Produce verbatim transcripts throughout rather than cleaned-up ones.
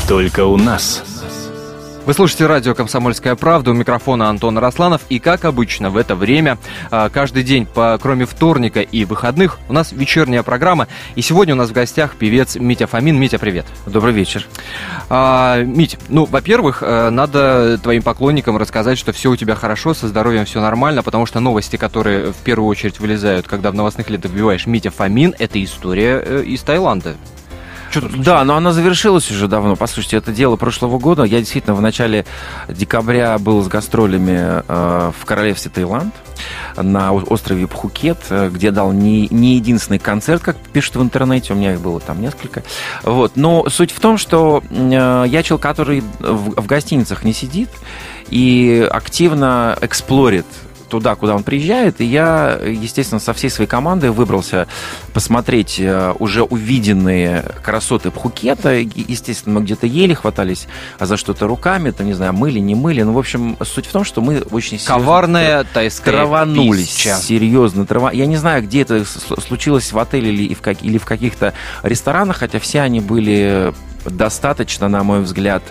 Только у нас. Вы слушаете радио «Комсомольская правда», у микрофона Антон Арасланов. И, как обычно, в это время, каждый день, по, кроме вторника и выходных, у нас вечерняя программа. И сегодня у нас в гостях певец Митя Фомин. Митя, привет. Добрый вечер. А, Мить, ну, во-первых, надо твоим поклонникам рассказать, что все у тебя хорошо, со здоровьем все нормально, потому что новости, которые в первую очередь вылезают, когда в новостных лентах вбиваешь «Митя Фомин», это история из Таиланда. Да, но она завершилась уже давно. Послушайте, это дело прошлого года. Я действительно в начале декабря был с гастролями э, в королевстве Таиланд на острове Пхукет, где дал не, не единственный концерт, как пишут в интернете, у меня их было там несколько. Вот. Но суть в том, что э, я человек, который в, в гостиницах не сидит и активно эксплорит туда, куда он приезжает, и я, естественно, со всей своей командой выбрался посмотреть уже увиденные красоты Пхукета. Естественно, мы где-то ели, хватались за что-то руками, там, не знаю, мыли, не мыли. Ну, в общем, суть в том, что мы очень серьезно... Коварная тайская траванулись. пища. Серьезно. Трава... Я не знаю, где это случилось, в отеле или в, как... или в каких-то ресторанах, хотя все они были достаточно, на мой взгляд,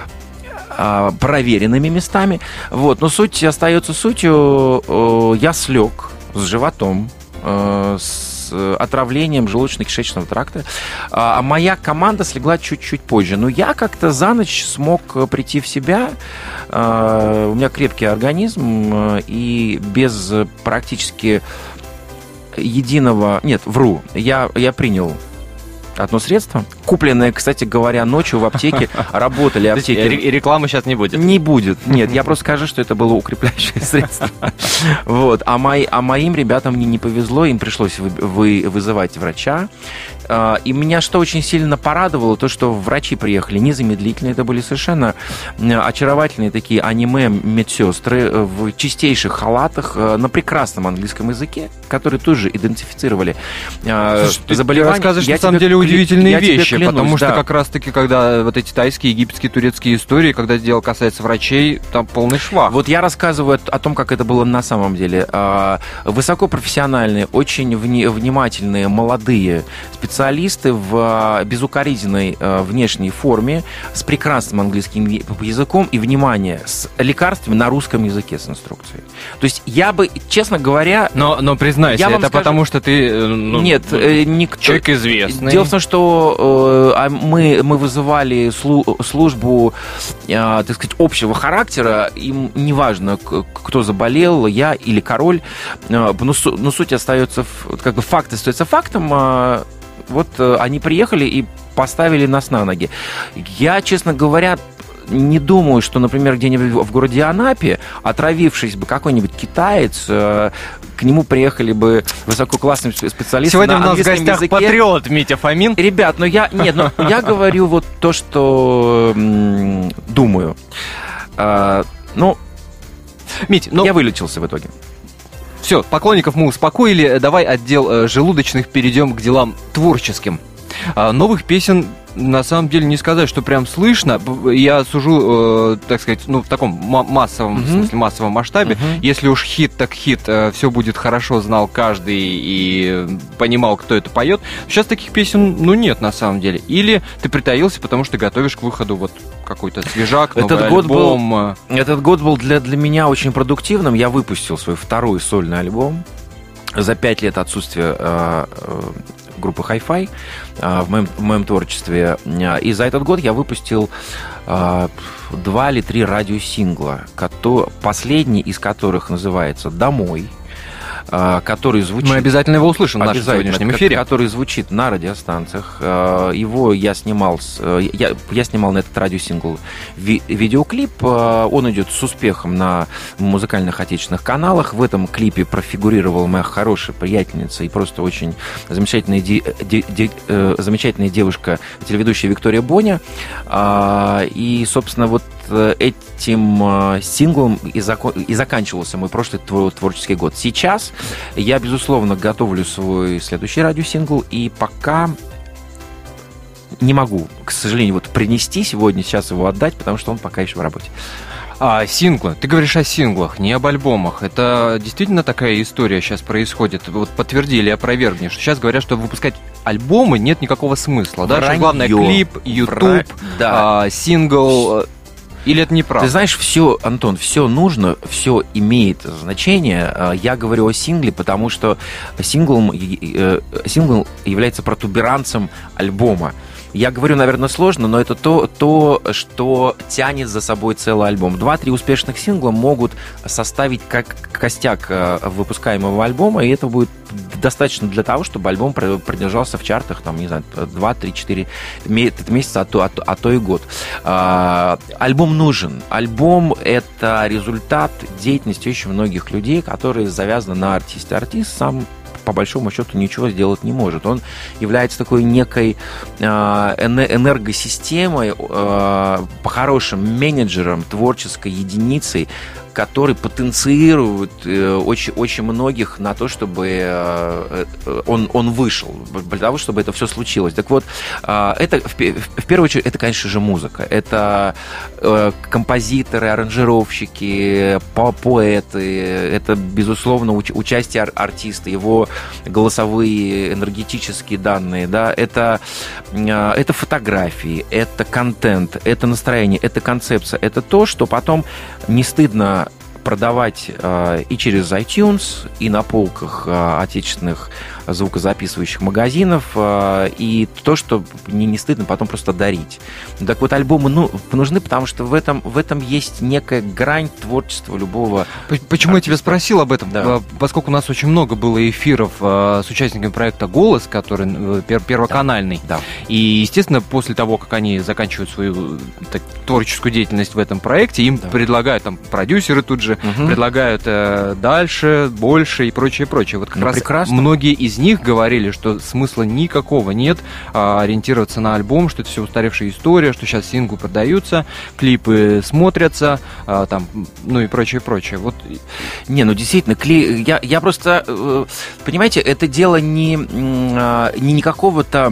проверенными местами. Вот. Но суть остается сутью. Я слег с животом, с отравлением желудочно-кишечного тракта. А моя команда слегла чуть-чуть позже. Но я как-то за ночь смог прийти в себя. У меня крепкий организм. И без практически единого... Нет, вру. Я, я принял одно средство, купленное, кстати говоря, ночью в аптеке. Работали аптеки. И рекламы сейчас не будет? Не будет. Нет, я просто скажу, что это было укрепляющее средство. Вот. А, мои, а моим ребятам мне не повезло, им пришлось вы, вы, вызывать врача. И меня что очень сильно порадовало, то, что врачи приехали незамедлительно. Это были совершенно очаровательные такие аниме-медсестры в чистейших халатах на прекрасном английском языке, которые тоже идентифицировали Слушай, заболевание. Ты рассказываешь, на самом деле, удивительные я вещи, клянусь, потому что да. как раз-таки, когда вот эти тайские, египетские, турецкие истории, когда дело касается врачей, там полный швах. Вот я рассказываю о том, как это было на самом деле. Высокопрофессиональные, очень внимательные, молодые специалисты в безукоризненной внешней форме, с прекрасным английским языком и, внимание, с лекарствами на русском языке с инструкцией. То есть я бы, честно говоря... Но, но признайся, это скажу... потому что ты... Ну, Нет, ну, никто... Человек известный. Дело в том, что э, мы, мы вызывали слу, службу, э, так сказать, общего характера. Им неважно, кто заболел, я или король. Э, но, но суть остается, как бы факт остается фактом. Э, вот э, они приехали и поставили нас на ноги. Я, честно говоря, не думаю, что, например, где-нибудь в городе Анапе, отравившись бы какой-нибудь китаец, э, к нему приехали бы высококлассные специалисты. Сегодня на у нас в гостях языке. Патриот Митя Фомин. Ребят, ну я, нет, ну я говорю вот то, что м, думаю. А, ну, Мить, ну... я вылечился в итоге. Все, поклонников мы успокоили. Давай отдел э, желудочных перейдем к делам творческим. А, новых песен, на самом деле, не сказать, что прям слышно. Я сужу, э, так сказать, ну, в таком массовом, mm-hmm. в смысле, массовом масштабе. Mm-hmm. Если уж хит, так хит, э, все будет хорошо, знал каждый и понимал, кто это поет. Сейчас таких песен, ну, нет, на самом деле. Или ты притаился, потому что готовишь к выходу вот какой-то свежак, новый этот год альбом. Был, этот год был для, для меня очень продуктивным. Я выпустил свой второй сольный альбом за пять лет отсутствия э, э, группы Hi-Fi э, в, моем, в моем творчестве. И за этот год я выпустил э, два или три радиосингла, который, последний из которых называется «Домой», который звучит... Мы обязательно его услышим в нашем сегодняшнем эфире. Который звучит на радиостанциях. Его я снимал, с, я, я снимал на этот радиосингл ви, видеоклип. Он идет с успехом на музыкальных отечественных каналах. В этом клипе профигурировала моя хорошая приятельница и просто очень замечательная, де, де, де, замечательная девушка, телеведущая Виктория Боня. И, собственно, вот этим синглом и, закон, и заканчивался мой прошлый творческий год. Сейчас я, безусловно, готовлю свой следующий радиосингл, и пока не могу, к сожалению, вот принести сегодня, сейчас его отдать, потому что он пока еще в работе. А синглы? Ты говоришь о синглах, не об альбомах. Это действительно такая история сейчас происходит? Вот подтверди или опровергни, что сейчас говорят, что выпускать альбомы нет никакого смысла. Да? Что главное клип, YouTube, Вра... да. а, сингл... Или это неправда? Ты знаешь, все, Антон, все нужно, все имеет значение. Я говорю о сингле, потому что сингл, сингл является протуберанцем альбома. Я говорю, наверное, сложно, но это то, то, что тянет за собой целый альбом. Два-три успешных сингла могут составить как костяк выпускаемого альбома, и это будет достаточно для того, чтобы альбом продержался в чартах, там, не знаю, два-три-четыре месяца, а то, а, то, а то и год. Альбом нужен. Альбом — это результат деятельности очень многих людей, которые завязаны на артисте. Артист сам, по большому счету, ничего сделать не может. Он является такой некой э, энергосистемой, э, по-хорошему менеджером, творческой единицей, который потенцирует э, очень, очень многих на то, чтобы э, он, он вышел, для того, чтобы это все случилось. Так вот, э, это в, в первую очередь, это, конечно же, музыка. Это э, композиторы, аранжировщики, по поэты, это, безусловно, уч- участие ар- артиста, его голосовые, энергетические данные, да, это, э, это фотографии, это контент, это настроение, это концепция, это то, что потом не стыдно продавать э, и через iTunes, и на полках э, отечественных звукозаписывающих магазинов, э, и то, что не, не стыдно потом просто дарить. Так вот, альбомы ну, нужны, потому что в этом, в этом есть некая грань творчества любого Почему артиста. Я тебя спросил об этом? Да. Поскольку у нас очень много было эфиров э, с участниками проекта «Голос», который э, пер- первоканальный, да. Да. И, естественно, после того, как они заканчивают свою так, творческую деятельность в этом проекте, им да. предлагают, там, продюсеры тут же, угу. предлагают э, дальше, больше и прочее, прочее. Вот как ну, раз прекрасно. Многие из них говорили, что смысла никакого нет а, ориентироваться на альбом, что это все устаревшая история, что сейчас синглы продаются, клипы смотрятся, а, там, ну и прочее, прочее. Вот. Не, ну действительно, кли... я, я просто, понимаете, это дело не, не никакого-то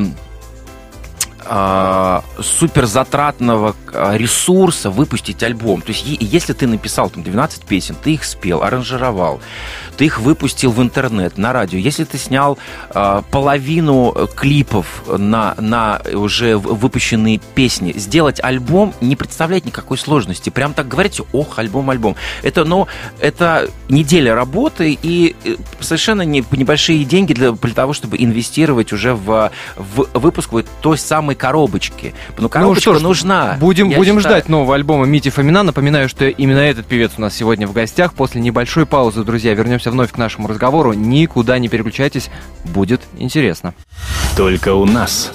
суперзатратного ресурса выпустить альбом. То есть, если ты написал там двенадцать песен, ты их спел, аранжировал, ты их выпустил в интернет, на радио, если ты снял э, половину клипов на, на уже выпущенные песни, сделать альбом не представляет никакой сложности. Прям так говорите, ох, альбом, альбом. Это, ну, это неделя работы и совершенно не, небольшие деньги для, для того, чтобы инвестировать уже в, в выпуск вот той самой коробочки. Ну, коробочка ну, что ж, нужна. Будем, будем ждать нового альбома Мити Фомина. Напоминаю, что именно этот певец у нас сегодня в гостях. После небольшой паузы, друзья, вернемся вновь к нашему разговору. Никуда не переключайтесь, будет интересно. Только у нас.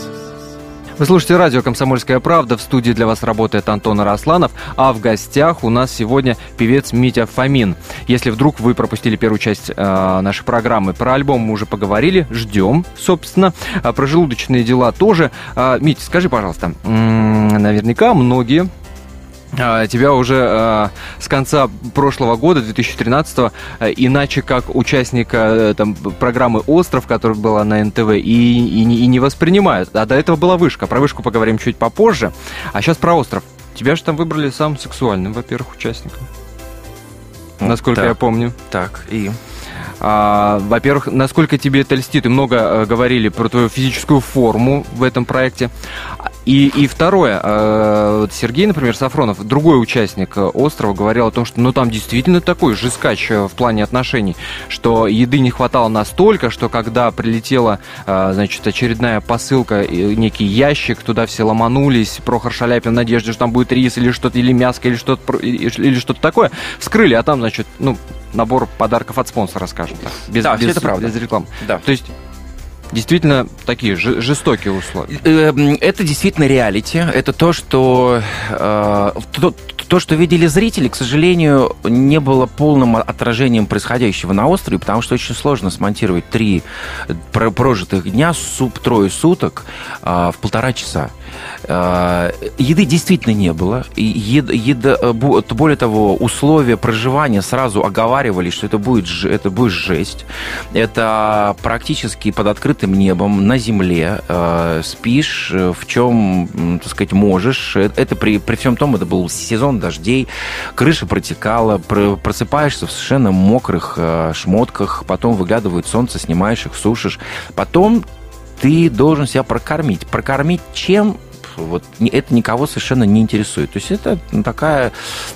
Вы слушаете радио «Комсомольская правда». В студии для вас работает Антон Арасланов, а в гостях у нас сегодня певец Митя Фомин. Если вдруг вы пропустили первую часть э, нашей программы, про альбом мы уже поговорили, ждем, собственно. А про желудочные дела тоже. А, Митя, скажи, пожалуйста, м-м, наверняка многие... тебя уже э, с конца прошлого года, две тысячи тринадцатого, э, иначе как участника э, там, программы «Остров», которая была на эн тэ вэ, и, и, и не воспринимают. А до этого была «Вышка». Про «Вышку» поговорим чуть попозже. А сейчас про «Остров». Тебя же там выбрали самым сексуальным, во-первых, участником. Насколько так, я помню. Так, и... А, во-первых, насколько тебе это льстит? И много э, говорили про твою физическую форму в этом проекте. И, и второе, э, Сергей, например, Сафронов, другой участник «Острова», говорил о том, что ну, там действительно такой жесткач в плане отношений, что еды не хватало настолько, что когда прилетела, э, значит, очередная посылка, некий ящик, туда все ломанулись, Прохор Шаляпин в надежде, что там будет рис или что-то, или мяско, или что-то, или что-то такое, вскрыли, а там, значит, ну, набор подарков от спонсора, скажем так. Без, да, без, это правда. Без рекламы. Да. То есть действительно такие жестокие условия. Это действительно реалити. Это то, что э, то, то, что видели зрители, к сожалению, не было полным отражением происходящего на острове, потому что очень сложно смонтировать три прожитых дня, суп, трое суток э, в полтора часа. Еды действительно не было. Еда, еда, более того, условия проживания сразу оговаривали, что это будет, это будет жесть. Это практически под открытым небом, на земле. Спишь, в чем, так сказать, можешь. Это при, при всем том, это был сезон дождей, крыша протекала, просыпаешься в совершенно мокрых шмотках, потом выглядывает солнце, снимаешь их, сушишь. Потом ты должен себя прокормить. Прокормить чем? Вот это никого совершенно не интересует. То есть это такая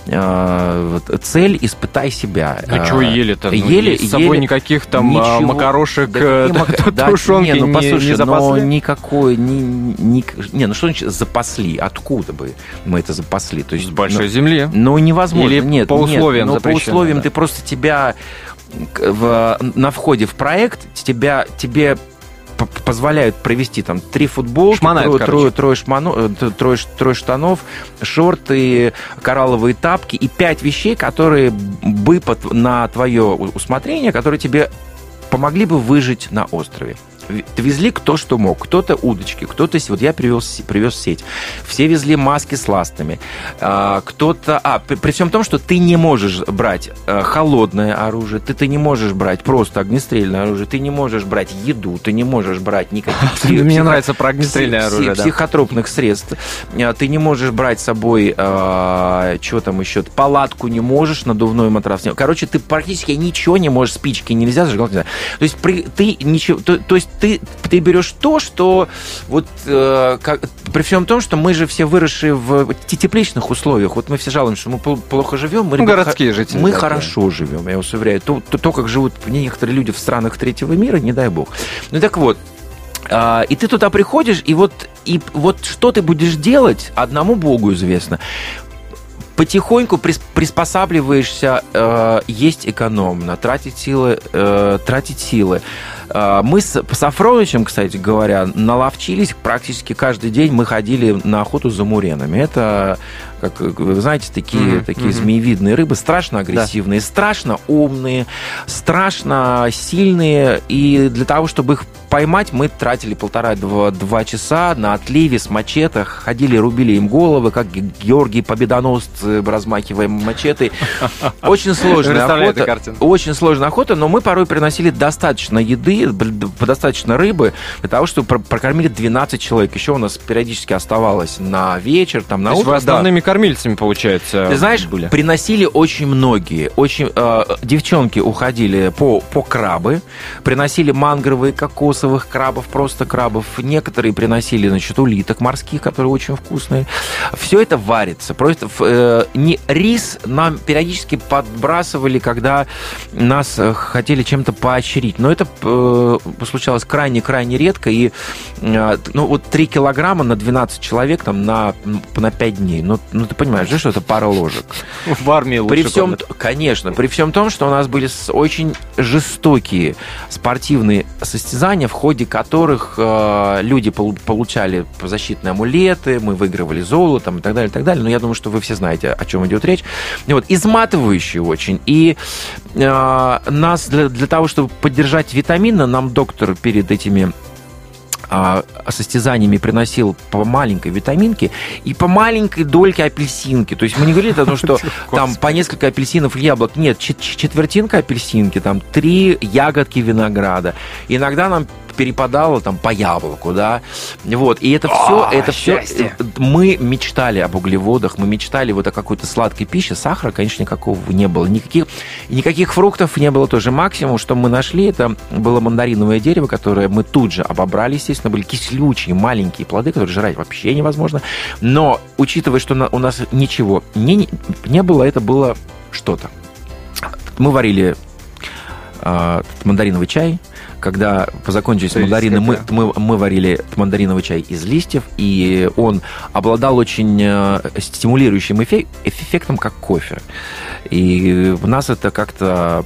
э, цель «испытай себя». А что ели-то? Ну, ели, с собой ели, никаких там ничего, макарошек, да, да, тушенки не, ну, послушай, не запасли? Но никакой... Не, не, не, ну что значит запасли? Откуда бы мы это запасли? То есть, с большой ну, земли. Ну, невозможно. Или нет, по условиям нет, по условиям да. ты просто тебя... В, на входе в проект тебя, тебе позволяют провести там три футболки, Шмонает, трое, трое, трое, шмано, трое, трое штанов, шорты, коралловые тапки и пять вещей, которые бы на твое усмотрение, которые тебе помогли бы выжить на острове. Везли кто что мог. Кто-то удочки, кто-то... Вот я привез, привез сеть. Все везли маски с ластами. Кто-то... А, при, при всем том, что ты не можешь брать холодное оружие, ты, ты не можешь брать просто огнестрельное оружие, ты не можешь брать еду, ты не можешь брать никаких... Мне нравится про огнестрельное оружие, да. Психотропных средств. Ты не можешь брать с собой... Что там еще? Палатку не можешь, надувной матрас. Короче, ты практически ничего не можешь, спички нельзя, зажигалки нельзя. То есть при, ты ничего... То, то есть Ты, ты берешь то, что вот э, как, при всем том, что мы же все выросшие в тепличных условиях. Вот мы все жалуемся, что мы плохо живем. Мы, ну, городские жители. Мы да, хорошо да. живем, я вас уверяю. То, то, то, как живут некоторые люди в странах третьего мира, не дай бог. Ну так вот. Э, и ты туда приходишь, и вот, и вот что ты будешь делать, одному Богу известно. Потихоньку приспосабливаешься, э, есть экономно, тратить силы, э, тратить силы. Э, мы с Сафроновичем, кстати говоря, наловчились практически каждый день. Мы ходили на охоту за муренами. Это, как вы знаете, такие, mm-hmm. такие mm-hmm. змеевидные рыбы, страшно агрессивные, да. страшно умные, страшно сильные. И для того, чтобы их поймать, мы тратили полтора-два часа на отливе с мачете, ходили, рубили им головы, как Георгий Победоносец, размахивая мачете. Очень сложная охота. Очень сложная охота, но мы порой приносили достаточно еды, достаточно рыбы для того, чтобы прокормили двенадцать человек. Еще у нас периодически оставалось на вечер, там, на утро. Вы основными да. кормильцами, получается, Ты знаешь, были? Приносили очень многие. Очень, э, девчонки уходили по, по крабы, приносили мангровые, кокосовых крабов, просто крабов. Некоторые приносили, значит, улиток морских, которые очень вкусные. Все это варится. Просто э, не, рис нам периодически подбрасывали, когда нас хотели чем-то поощрить. Но это э, случалось крайне-крайне редко. И э, ну, вот три килограмма на двенадцать человек там, на, на пять дней. Ну, ну, ты понимаешь, да, что это пара ложек? В армии лучше. При всем, конечно, при всем том, что у нас были очень жестокие спортивные состязания, в ходе которых э, люди получали защитные амулеты, мы выигрывали золотом и так далее, и так далее. Но я думаю, что вы все знаете, о чем идет речь. И вот, изматывающие очень. И э, нас для, для того, чтобы поддержать витамины, нам доктор перед этими состязаниями приносил по маленькой витаминке и по маленькой дольке апельсинки. То есть мы не говорили о том, что там по несколько апельсинов и яблок. Нет, четвертинка апельсинки, там три ягодки винограда. Иногда нам перепадало там по яблоку, да, вот, и это все, О, это счастье. все, мы мечтали об углеводах, мы мечтали вот о какой-то сладкой пище, сахара, конечно, никакого не было, никаких, никаких фруктов не было тоже, максимум, что мы нашли, это было мандариновое дерево, которое мы тут же обобрали, естественно, были кислючие, маленькие плоды, которые жрать вообще невозможно, но, учитывая, что у нас ничего не, не было, это было что-то. Мы варили э, мандариновый чай. Когда закончились мандарины, мы, мы, мы варили мандариновый чай из листьев, и он обладал очень стимулирующим эффект, эффектом, как кофе. И нас это как-то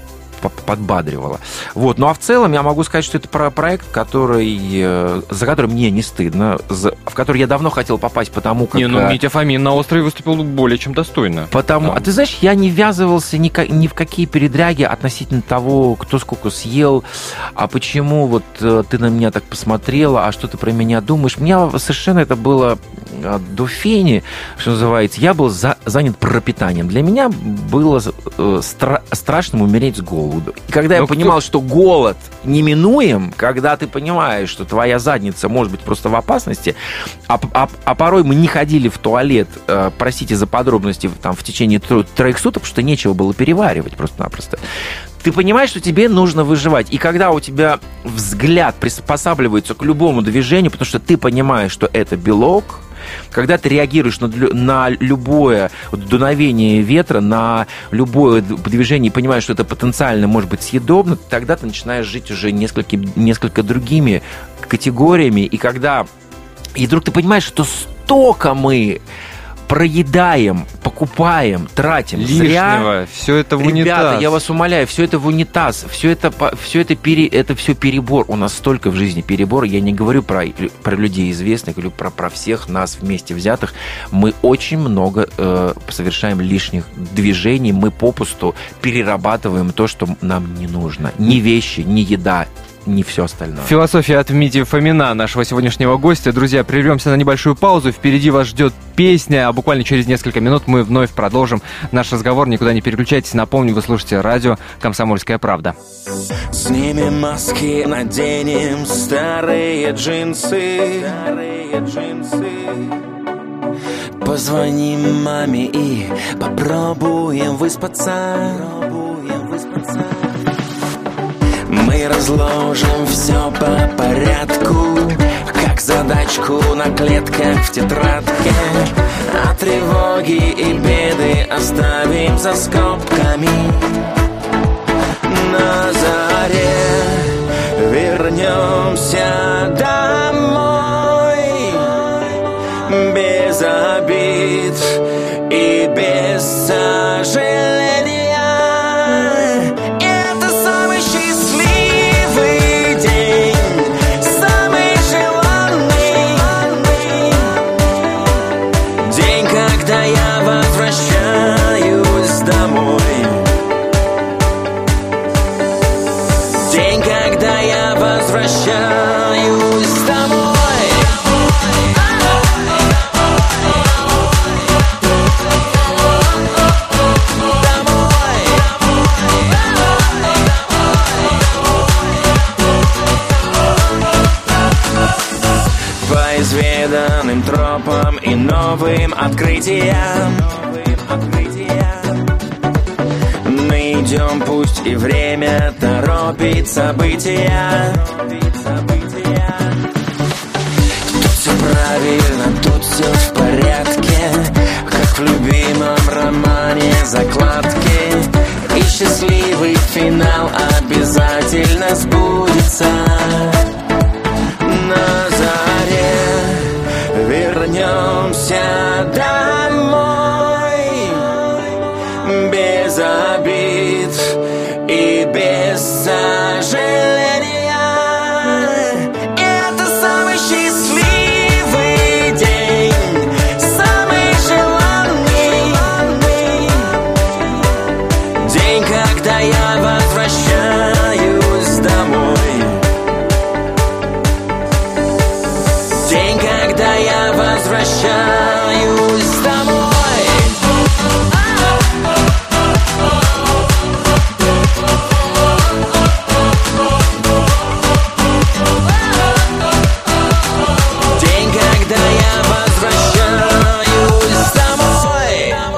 подбадривало. Вот. Ну а в целом я могу сказать, что это проект, который, за который мне не стыдно, в который я давно хотел попасть, потому как... Не, ну Митя Фомин на острове выступил более чем достойно. Потому... Там. А ты знаешь, я не ввязывался ни, ни в какие передряги относительно того, кто сколько съел, а почему вот ты на меня так посмотрела, а что ты про меня думаешь. У меня совершенно это было до фени, что называется. Я был за... занят пропитанием. Для меня было стра... страшным умереть с голоду. И когда Но я кто... понимал, что голод неминуем, когда ты понимаешь, что твоя задница может быть просто в опасности, а, а, а порой мы не ходили в туалет, э, простите за подробности, там, в течение тро- троих суток, потому что нечего было переваривать просто-напросто. Ты понимаешь, что тебе нужно выживать. И когда у тебя взгляд приспосабливается к любому движению, потому что ты понимаешь, что это белок, когда ты реагируешь на, на любое дуновение ветра, на любое движение и понимаешь, что это потенциально может быть съедобно, тогда ты начинаешь жить уже несколько, несколько другими категориями. И когда... И вдруг ты понимаешь, что столько мы проедаем, покупаем, тратим лишнего, зря. Все это в унитаз. Ребята, я вас умоляю, все это в унитаз, все это, все это, пере, это все перебор. У нас столько в жизни перебора. Я не говорю про, про людей известных, говорю про, про всех нас вместе взятых. Мы очень много э, совершаем лишних движений. Мы попусту перерабатываем то, что нам не нужно. Ни вещи, ни еда, не все остальное. Философия от Мити Фомина, нашего сегодняшнего гостя. Друзья, прервемся на небольшую паузу. Впереди вас ждет песня, а буквально через несколько минут мы вновь продолжим наш разговор. Никуда не переключайтесь. Напомню, вы слушаете радио «Комсомольская правда». Снимем маски, наденем старые джинсы, старые джинсы. Позвоним маме и попробуем выспаться, попробуем выспаться. Мы разложим все по порядку, как задачку на клетках в тетрадке. А тревоги и беды оставим за скобками. На заре вернемся домой, без обид и без сожаления. Тропам и новым открытиям мы идем, пусть и время торопит события. Тут все правильно, тут все в порядке, как в любимом романе закладки. И счастливый финал обязательно сбудется. На заре вернемся домой, без обид и без сожаления. Это самый счастливый день, самый желанный день, когда я возвращаюсь домой. День, когда я возвращаюсь домой. День, когда я возвращаюсь домой.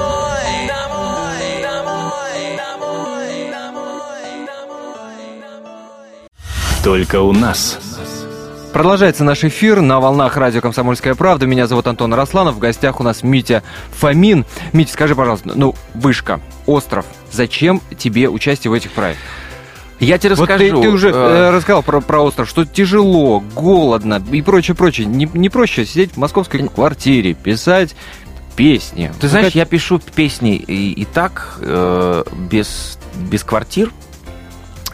Только у нас. Продолжается наш эфир на волнах радио «Комсомольская правда». Меня зовут Антон Арасланов. В гостях у нас Митя Фомин. Митя, скажи, пожалуйста, ну, вышка, остров, зачем тебе участие в этих проектах? Я тебе вот расскажу. Ты, ты уже э, рассказал про, про остров, что тяжело, голодно и прочее, прочее. Не, не проще сидеть в московской квартире, писать песни. Ты знаешь, я пишу песни и, и так, э, без, без квартир.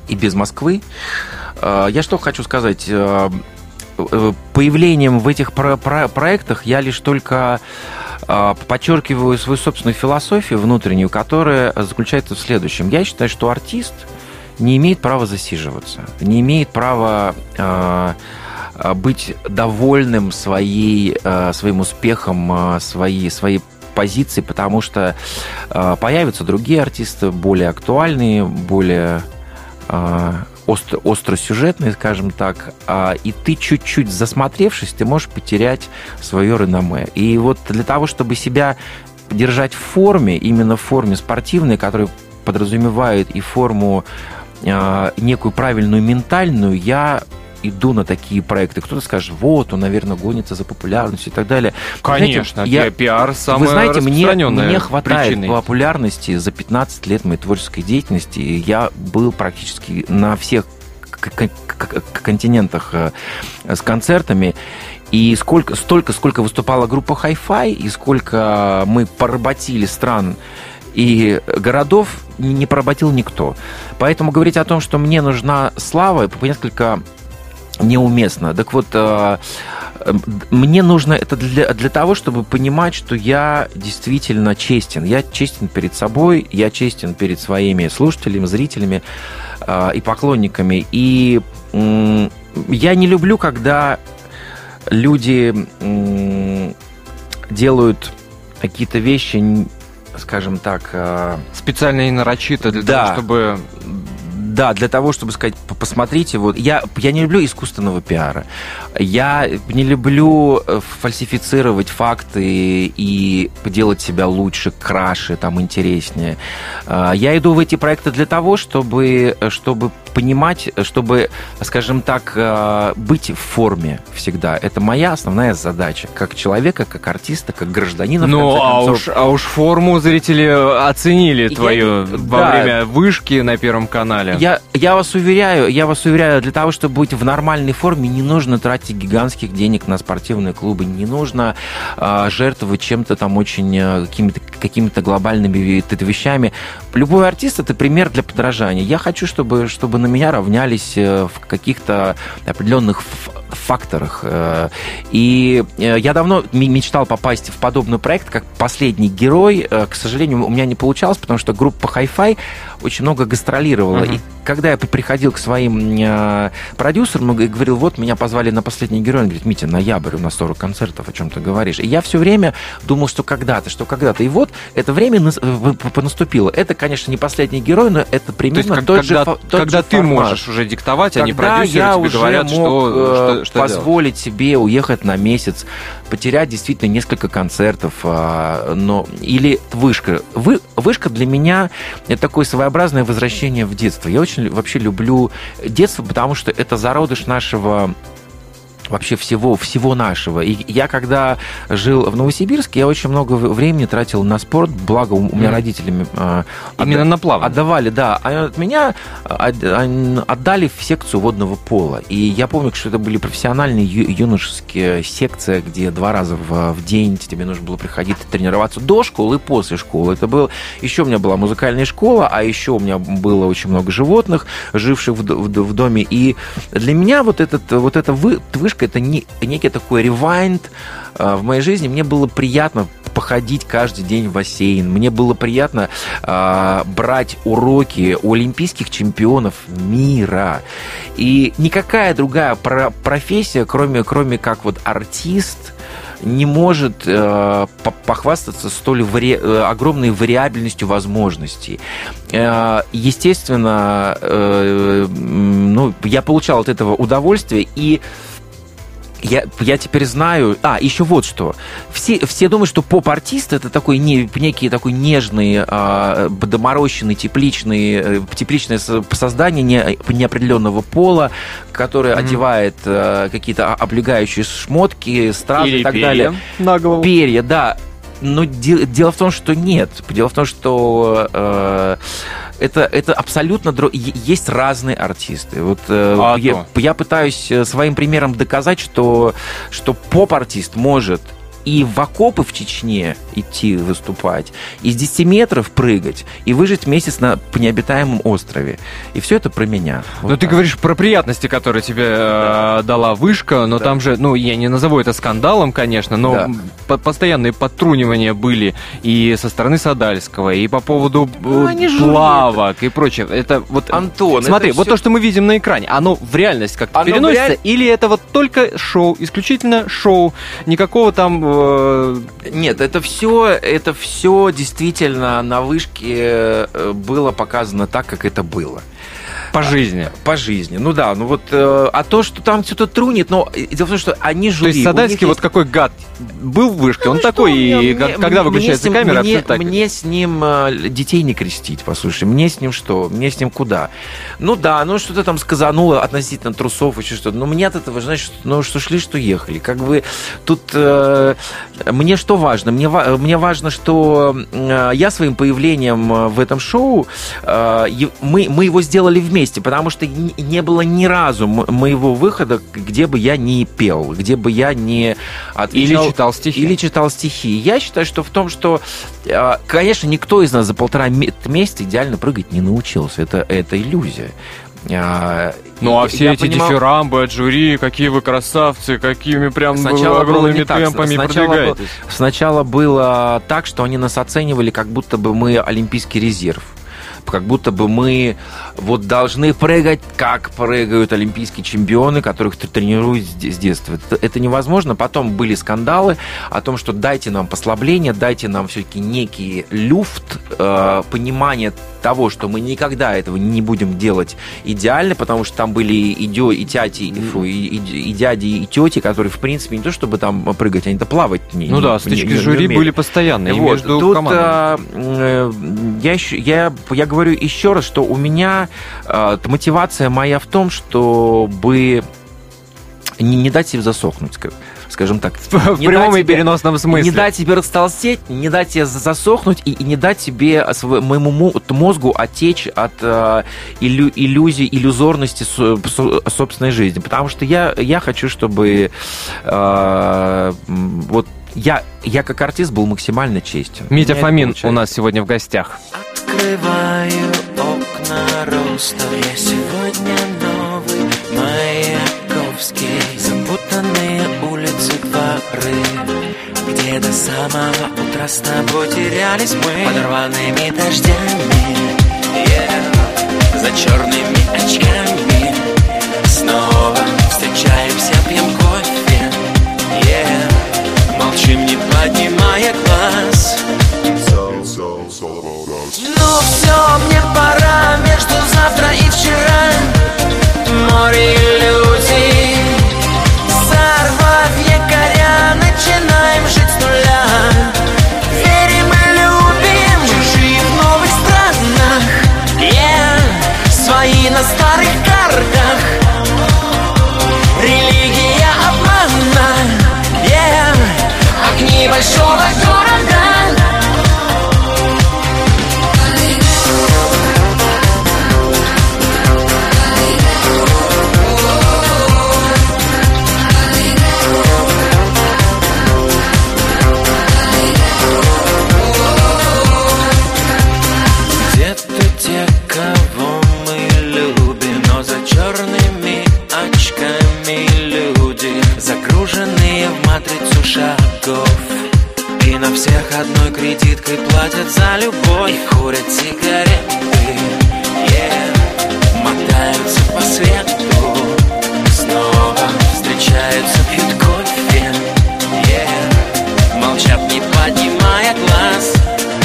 и без Москвы. Я что хочу сказать. Появлением в этих про- про- проектах я лишь только подчеркиваю свою собственную философию внутреннюю, которая заключается в следующем. Я считаю, что артист не имеет права засиживаться, не имеет права э, быть довольным своей, э, своим успехом, э, своей, своей позиции, потому что э, появятся другие артисты, более актуальные, более э, остро, остросюжетные, скажем так, э, и ты чуть-чуть засмотревшись, ты можешь потерять свое реноме. И вот для того, чтобы себя держать в форме, именно в форме спортивной, которая подразумевает и форму некую правильную ментальную, я иду на такие проекты. Кто-то скажет, вот, он, наверное, гонится за популярностью и так далее. Конечно, я, пиар самая Вы знаете, мне, мне хватает причиной. популярности за пятнадцать лет моей творческой деятельности. Я был практически на всех континентах с концертами. И сколько, столько, сколько выступала группа Hi-Fi, и сколько мы поработили стран и городов, не поработил никто. Поэтому говорить о том, что мне нужна слава, несколько неуместно. Так вот, мне нужно это для, для того, чтобы понимать, что я действительно честен. Я честен перед собой, я честен перед своими слушателями, зрителями и поклонниками. И я не люблю, когда люди делают какие-то вещи, скажем так... Специально и нарочито для да, того, чтобы... Да, для того, чтобы сказать, посмотрите, вот я, я не люблю искусственного пиара. Я не люблю фальсифицировать факты и делать себя лучше, краше, там, интереснее. Я иду в эти проекты для того, чтобы, чтобы понимать, чтобы, скажем так, быть в форме всегда. Это моя основная задача, как человека, как артиста, как гражданина. Ну, а уж, а уж форму зрители оценили твою я, во да. время вышки на Первом канале. Я, я вас уверяю, я вас уверяю, для того, чтобы быть в нормальной форме, не нужно тратить гигантских денег на спортивные клубы, не нужно э, жертвовать чем-то там очень э, какими-то, какими-то глобальными вещами. Любой артист — это пример для подражания. Я хочу, чтобы, чтобы на меня равнялись в каких-то определенных факторах. И я давно мечтал попасть в подобный проект, как «Последний герой». К сожалению, у меня не получалось, потому что группа Hi-Fi очень много гастролировала. Uh-huh. И когда я приходил к своим продюсерам и говорил, вот, меня позвали на «Последний герой», он говорит, Митя, ноябрь, у нас сорок концертов, о чем ты говоришь? И я все время думал, что когда-то, что когда-то. И вот это время наступило. Это, конечно, не «Последний герой», но это примерно есть, тот когда, же тот Когда же ты формат. можешь уже диктовать, когда а не продюсеры я тебе уже говорят, мог что, что, что позволить делать. себе уехать на месяц, потерять действительно несколько концертов, но или вышка. Вы, вышка для меня это такое своеобразное возвращение в детство. Я очень вообще люблю детство, потому что это зародыш нашего вообще всего, всего нашего. И я, когда жил в Новосибирске, я очень много времени тратил на спорт, благо у меня mm. родители э, именно отда- на плавание отдавали, да. А от меня отдали в секцию водного пола. И я помню, что это были профессиональные ю- юношеские секции, где два раза в, в день тебе нужно было приходить тренироваться до школы и после школы. Это был... Еще у меня была музыкальная школа, а еще у меня было очень много животных, живших в, в, в доме. И для меня вот, этот, вот эта вы, вышка, это не, некий такой ревайнд э, в моей жизни. Мне было приятно походить каждый день в бассейн. Мне было приятно э, брать уроки у олимпийских чемпионов мира. И никакая другая про- профессия, кроме, кроме как вот артист, не может э, похвастаться столь вари... огромной вариабельностью возможностей. Э, естественно, э, ну, я получал от этого удовольствие, и Я, я теперь знаю... А, еще вот что. Все, все думают, что поп-артист — это такой не, некий такой нежный, а, доморощенный, тепличный, тепличное создание не, неопределенного пола, которое mm-hmm. одевает а, какие-то облегающие шмотки, стразы Или и так перья далее. на голову. Перья, да. Но де, дело в том, что нет. Дело в том, что... Э, Это, это абсолютно... Дро... Есть разные артисты. Вот, а я, я пытаюсь своим примером доказать, что, что поп-артист может и в окопы в Чечне идти выступать, и с десяти метров прыгать, и выжить месяц на по необитаемом острове. И все это про меня. Вот ну, ты говоришь про приятности, которые тебе да. э, дала вышка, но да. там же, ну, я не назову это скандалом, конечно, но да. по- постоянные подтрунивания были и со стороны Садальского, и по поводу ну, плавок и прочее. Это вот, Антон, смотри, это вот все... то, что мы видим на экране, оно в реальность как-то оно переносится, реаль... или это вот только шоу, исключительно шоу, никакого там... Э... Нет, это все, это все действительно на вышке было показано так, как это было. По жизни. По жизни, ну да, ну вот, э, а то, что там что-то трунит, но дело в том, что они жюри. То есть Садальский вот есть... какой гад был в вышке, ну, он такой, мне, и мне, когда выключается ним, камера, мне, все так. Мне с ним э, детей не крестить, послушай, мне с ним что, мне с ним куда? Ну да, ну что-то там сказануло относительно трусов, еще что-то, но мне от этого, знаешь, ну что шли, что ехали, как бы тут э, мне что важно? Мне, мне важно, что э, я своим появлением в этом шоу, э, мы, мы его сделали вместе, потому что не было ни разу моего выхода, где бы я не пел, где бы я не отвечал, или читал стихи. Или читал стихи. Я считаю, что в том, что, конечно, никто из нас за полтора месяца идеально прыгать не научился. Это, это иллюзия. Ну, а все я эти понимал... дифирамбы от жюри, какие вы красавцы, какими прям сначала огромными так. темпами сначала продвигаетесь. Было, сначала было так, что они нас оценивали, как будто бы мы олимпийский резерв. Как будто бы мы вот должны прыгать, как прыгают олимпийские чемпионы, которых тренируют с детства. Это, это невозможно. Потом были скандалы о том, что дайте нам послабление, дайте нам все-таки некий люфт, э, понимание того, что мы никогда этого не будем делать идеально, потому что там были и, дё, и тяти, и, фу, и, и, и дяди, и тети, которые, в принципе, не то чтобы там прыгать, они-то плавать не Ну не, да, стычки не, не жюри умели. были постоянные Вот. между Тут, командами. Э, я, еще, я, я говорю еще раз, что у меня э, мотивация моя в том, чтобы не, не дать себе засохнуть, скажем так. В не прямом и тебе, переносном смысле. Не дать тебе растолстеть, не дать тебе засохнуть и, и не дать тебе, моему мозгу отечь от э, иллю, иллюзий, иллюзорности со, со, собственной жизни. Потому что я, я хочу, чтобы э, вот я, я как артист был максимально честен. Митя Фомин у нас сегодня в гостях. Открываю окна роста. Я сегодня новый Маяковский. Запутанные улицы, дворы, где до самого утра с тобой терялись мы под рваными дождями, yeah. За черными очками снова встречаемся, пьем кофе, yeah. Молчим, не поднимая глаз. Ну все, мне пора, между завтра и вчера море иллюзий. Сорвав якоря, начинаем жить с нуля. Верим и любим, чужие в новых странах, yeah. Свои на старых картах. Религия обмана, yeah. Огни большого города. Черными очками люди, загруженные в матрицу шагов, и на всех одной кредиткой платят за любовь. И курят сигареты, yeah. Мотаются по свету, снова встречаются, пьют кофе, yeah. Молчат, не поднимая глаз.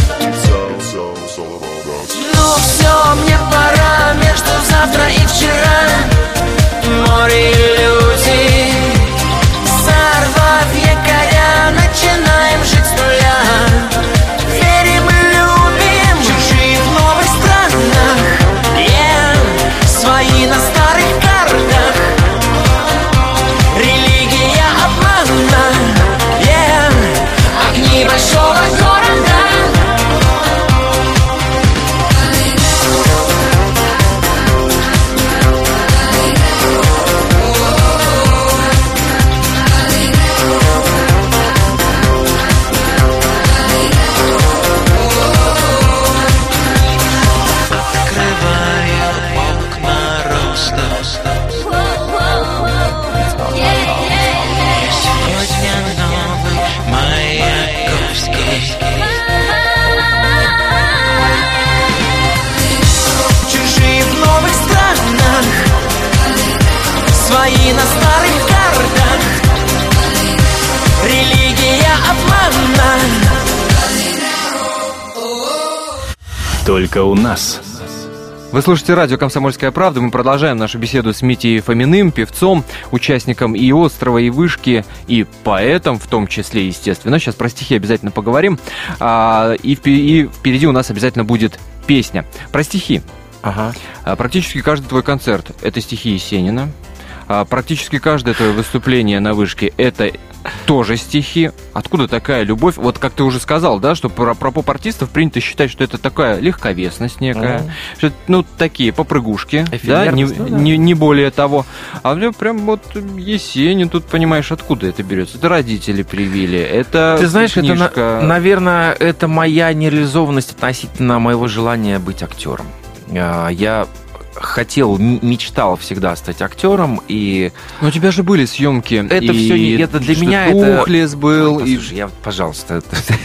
Ну все, мне пора, между завтра и вчера море иллюзий. Сорвав якоря, начинаем жить с нуля. Верим и любим, чужие в новых странах, yeah. Свои на старых картах. Религия обмана, yeah. Огни большого Только у нас. Вы слушаете радио «Комсомольская правда». Мы продолжаем нашу беседу с Митей Фоминым, певцом, участником и «Острова», и «Вышки», и поэтом, в том числе, естественно. Сейчас про стихи обязательно поговорим. А, и, и впереди у нас обязательно будет песня. Про стихи. Ага. А, практически каждый твой концерт – это стихи Есенина. А, практически каждое твое выступление на «Вышке» – это тоже стихи. Откуда такая любовь? Вот как ты уже сказал, да, что про, про поп-артистов принято считать, что это такая легковесность некая, mm. что, ну, такие попрыгушки, да, не, ну, да. Не, не более того. А мне прям вот Есенин, тут, понимаешь, откуда это берется? Это родители привили, это Ты знаешь, книжка. это, наверное, это моя нереализованность относительно моего желания быть актером. Я хотел, мечтал всегда стать актером, и... Но у тебя же были съемки. Это и все не... Это для меня это... Тухлес был. Ой, и... Послушай, я, пожалуйста...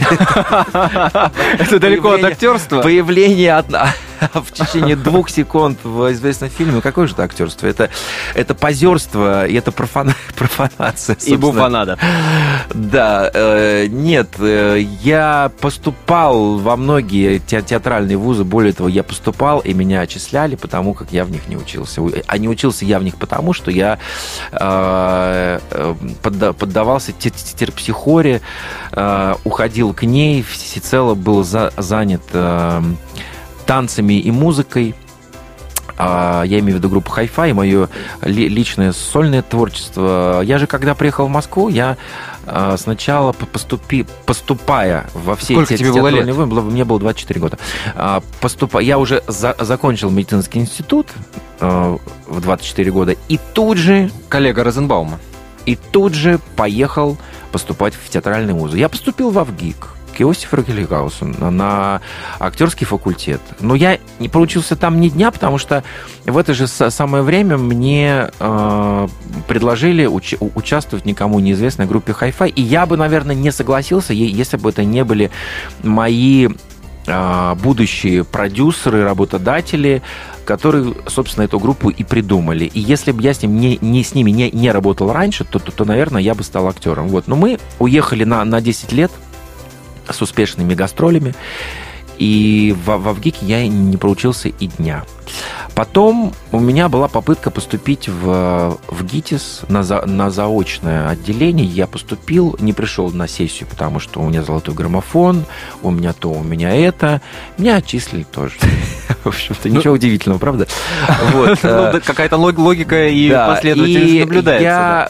Это далеко от актерства? Появление в течение двух секунд в известном фильме. Какое же это актерство? Это, это позерство, и это профана... профанация. И буфанада. Да. Э, нет, э, я поступал во многие те, театральные вузы. Более того, я поступал, и меня отчисляли, потому как я в них не учился. А не учился я в них потому, что я э, подда, поддавался терпсихоре, э, уходил к ней, всецело был за, занят... Э, танцами и музыкой. Я имею в виду группу Hi-Fi и мое личное сольное творчество. Я же, когда приехал в Москву, я сначала поступи, поступая во все Сколько эти тебе было лет? Мне было двадцать четыре года. Поступая, я уже за, закончил медицинский институт в двадцать четыре года, и тут же... Коллега Розенбаума. И тут же поехал поступать в театральный вуз. Я поступил в ВГИК. К Иосифу Рокелигаусу на актерский факультет. Но я не проучился там ни дня, потому что в это же самое время мне э, предложили уч- участвовать в никому неизвестной группе Hi-Fi, и я бы, наверное, не согласился, если бы это не были мои э, будущие продюсеры, работодатели, которые, собственно, эту группу и придумали. И если бы я с, ним не, не, с ними не, не работал раньше, то, то, то, наверное, я бы стал актером. Вот. Но мы уехали на, на десять лет с успешными гастролями, и в, в ВГИКе я не проучился и дня. Потом у меня была попытка поступить в, в ГИТИС на, за, на заочное отделение. Я поступил, не пришел на сессию, потому что у меня золотой граммофон, у меня то, у меня это. Меня отчислили тоже. В общем-то, ничего удивительного, правда? Какая-то логика и последовательность наблюдается.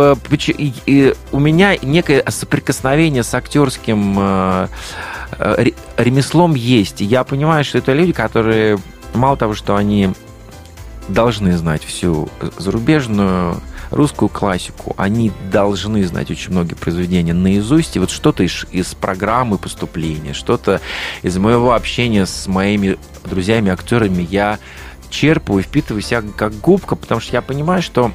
У меня некое соприкосновение с актерским ремеслом есть. Я понимаю, что это люди, которые... Мало того, что они должны знать всю зарубежную русскую классику, они должны знать очень многие произведения наизусть. И вот что-то из, из программы поступления, что-то из моего общения с моими друзьями-актерами я черпаю и впитываю себя как губка, потому что я понимаю, что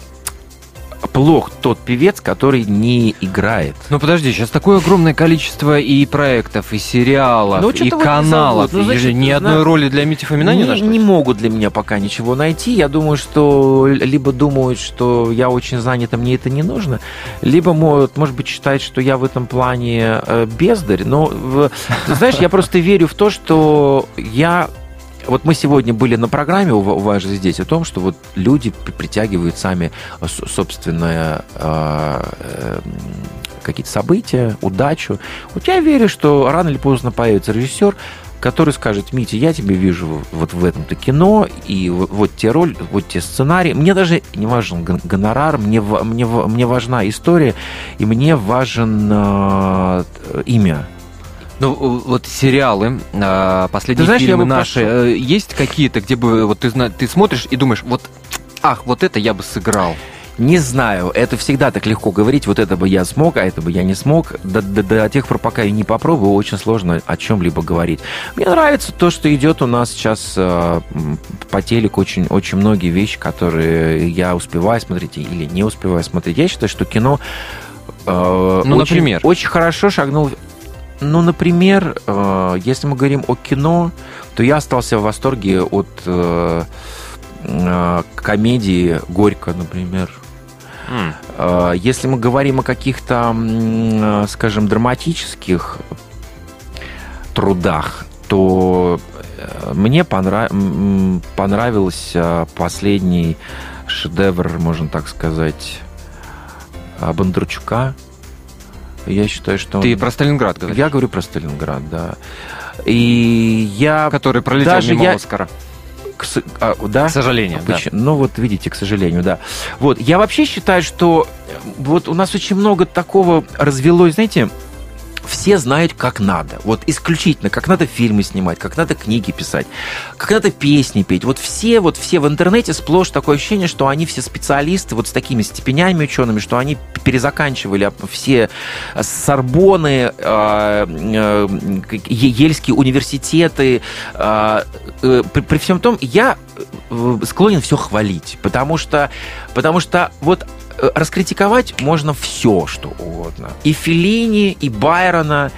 плох тот певец, который не играет. Ну подожди, сейчас такое огромное количество и проектов, и сериалов, ну, и каналов. Ну, значит, ни одной знаю, роли для Мити Фомина не, не нашлось? Не могут для меня пока ничего найти. Я думаю, что либо думают, что я очень занят, а мне это не нужно, либо, может, может быть, считают, что я в этом плане э, бездарь. Но, в, ты знаешь, я просто верю в то, что я... Вот мы сегодня были на программе у вас же здесь о том, что вот люди притягивают сами собственные э, какие-то события, удачу. Вот я верю, что рано или поздно появится режиссер, который скажет: Митя, я тебя вижу вот в этом-то кино, и вот те роли, вот те сценарии. Мне даже не важен гонорар, мне, мне, мне важна история, и мне важен э, имя. Ну, вот сериалы, последние знаешь, фильмы наши, прошу. Есть какие-то, где бы вот ты, ты смотришь и думаешь, вот, ах, вот это я бы сыграл? Не знаю, это всегда так легко говорить, вот это бы я смог, а это бы я не смог. До, до, до тех пор, пока я не попробую, очень сложно о чем-либо говорить. Мне нравится то, что идет у нас сейчас э, по телеку, очень, очень многие вещи, которые я успеваю смотреть или не успеваю смотреть. Я считаю, что кино э, ну, очень, например? очень хорошо шагнул... Ну, например, э, если мы говорим о кино, то я остался в восторге от э, э, комедии «Горько», например. Mm. Э, если мы говорим о каких-то, э, скажем, драматических трудах, то мне понрав... понравился последний шедевр, можно так сказать, Бондарчука. Я считаю, что... Ты он... про Сталинград говоришь? Я говорю про Сталинград, да. И я... Который пролетел даже мимо я... Оскара. К, с... а, да? К сожалению, да. Ну, вот видите, к сожалению, да. Вот, я вообще считаю, что вот у нас очень много такого развелось, знаете... Все знают, как надо. Вот исключительно, как надо фильмы снимать, как надо книги писать, как надо песни петь. Вот все, вот все в интернете сплошь такое ощущение, что они все специалисты вот с такими степенями учеными, что они перезаканчивали все Сорбонны, Ельские университеты. При, при всем том, я склонен все хвалить, потому что, потому что вот раскритиковать можно все, что угодно. И Феллини, и Байрона,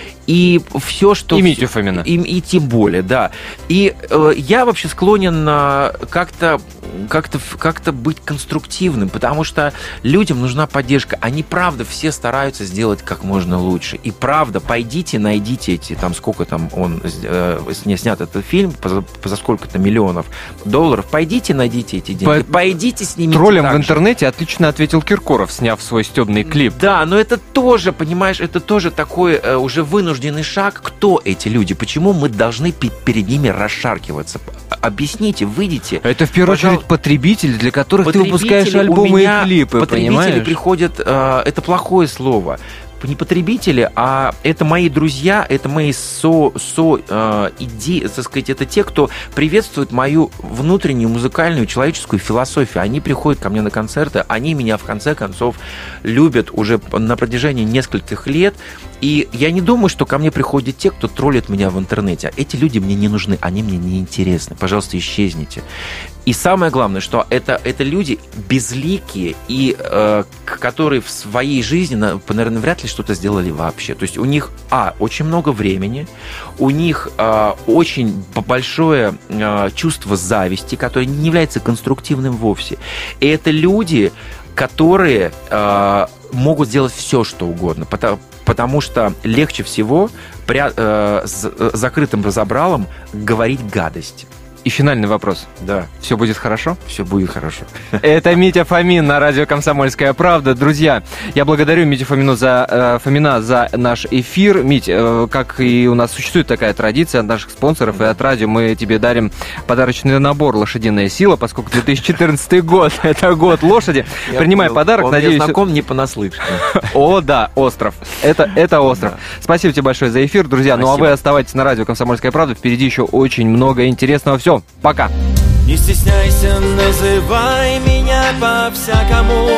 и все, что... И Митю Фомина. И, и тем более, да. И э, я вообще склонен э, как-то как-то как-то быть конструктивным, потому что людям нужна поддержка. Они, правда, все стараются сделать как можно лучше. И правда, пойдите, найдите эти, там, сколько там он э, снят этот фильм, за, за сколько-то миллионов долларов. Пойдите, найдите эти деньги. По... Пойдите, снимите. Троллям в интернете отлично ответил Киркоров, сняв свой стебный клип. Да, но это тоже, понимаешь, это тоже такой э, уже вынужденный шаг. Кто эти люди? Почему мы должны перед ними расшаркиваться? Объясните, выйдите. Это в первую очередь потребители, для которых ты выпускаешь альбомы и клипы, потребители понимаешь? приходят, э, это плохое слово. Не потребители, а это мои друзья, это мои со, со э, иди, так сказать, это те, кто приветствует мою внутреннюю музыкальную человеческую философию. Они приходят ко мне на концерты, они меня в конце концов любят уже на протяжении нескольких лет. И я не думаю, что ко мне приходят те, кто троллит меня в интернете. Эти люди мне не нужны, они мне не интересны. Пожалуйста, исчезните. И самое главное, что это, это люди безликие, и, э, которые в своей жизни, наверное, вряд ли что-то сделали вообще. То есть у них, а, очень много времени, у них э, очень большое э, чувство зависти, которое не является конструктивным вовсе. И это люди, которые э, могут сделать все, что угодно, потому, потому что легче всего при э, с закрытым забралом говорить гадость. И финальный вопрос. Да. Все будет хорошо? Все будет хорошо. Это Митя Фомин на радио «Комсомольская правда». Друзья, я благодарю Митю Фомину за, э, Фомина за наш эфир. Мить, э, как и у нас существует такая традиция от наших спонсоров и от радио, мы тебе дарим подарочный набор «Лошадиная сила», поскольку две тысячи четырнадцатый год – это год лошади. Я Принимай понял. подарок. Он надеюсь, мне знаком не понаслышке. О, да, остров. Это, это остров. Да. Спасибо тебе большое за эфир, друзья. Спасибо. Ну а вы оставайтесь на радио «Комсомольская правда». Впереди еще очень много интересного. Все, пока. Не стесняйся, называй меня по-всякому.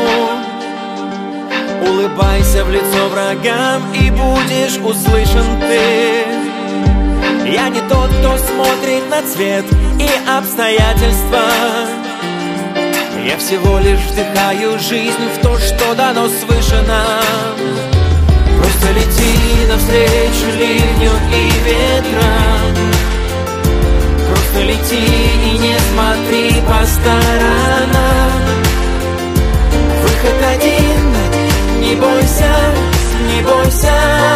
Улыбайся в лицо врагам, и будешь услышан ты. Я не тот, кто смотрит на цвет и обстоятельства. Я всего лишь вдыхаю жизнь в то, что дано свыше нам. Просто лети навстречу ливню и ветрам. Просто лети и не смотри по сторонам. Выход один, не бойся, не бойся.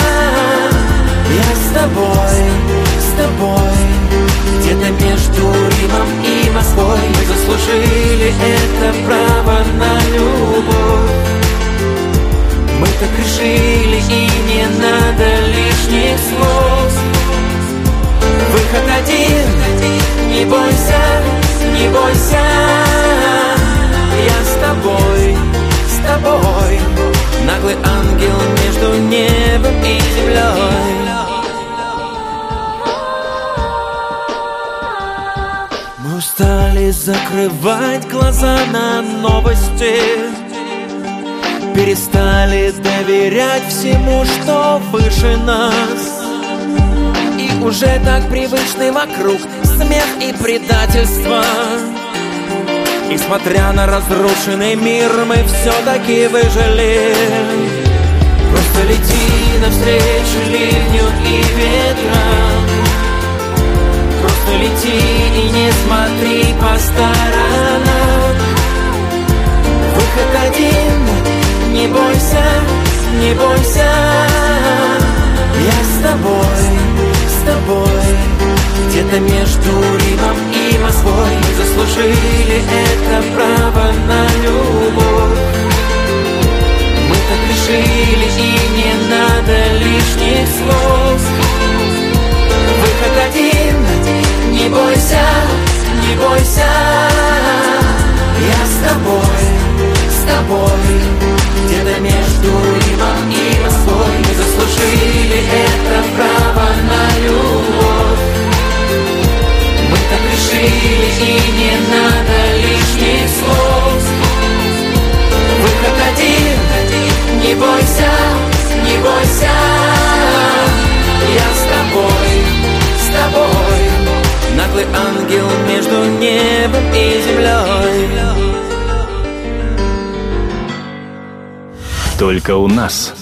Я с тобой, с тобой. Где-то между Римом и Москвой. Мы заслужили это право на любовь. Мы так решили, и не надо лишних слов. Выход один, не бойся, не бойся. Я с тобой, с тобой. Наглый ангел между небом и землей. Мы устали закрывать глаза на новости. Перестали доверять всему, что выше нас. Уже так привычны вокруг смех и предательство. И смотря на разрушенный мир, мы все-таки выжили. Просто лети навстречу ливню и ветрам. Просто лети и не смотри по сторонам. Выход один, не бойся, не бойся. Я с тобой, с тобой. Где-то между Только у нас.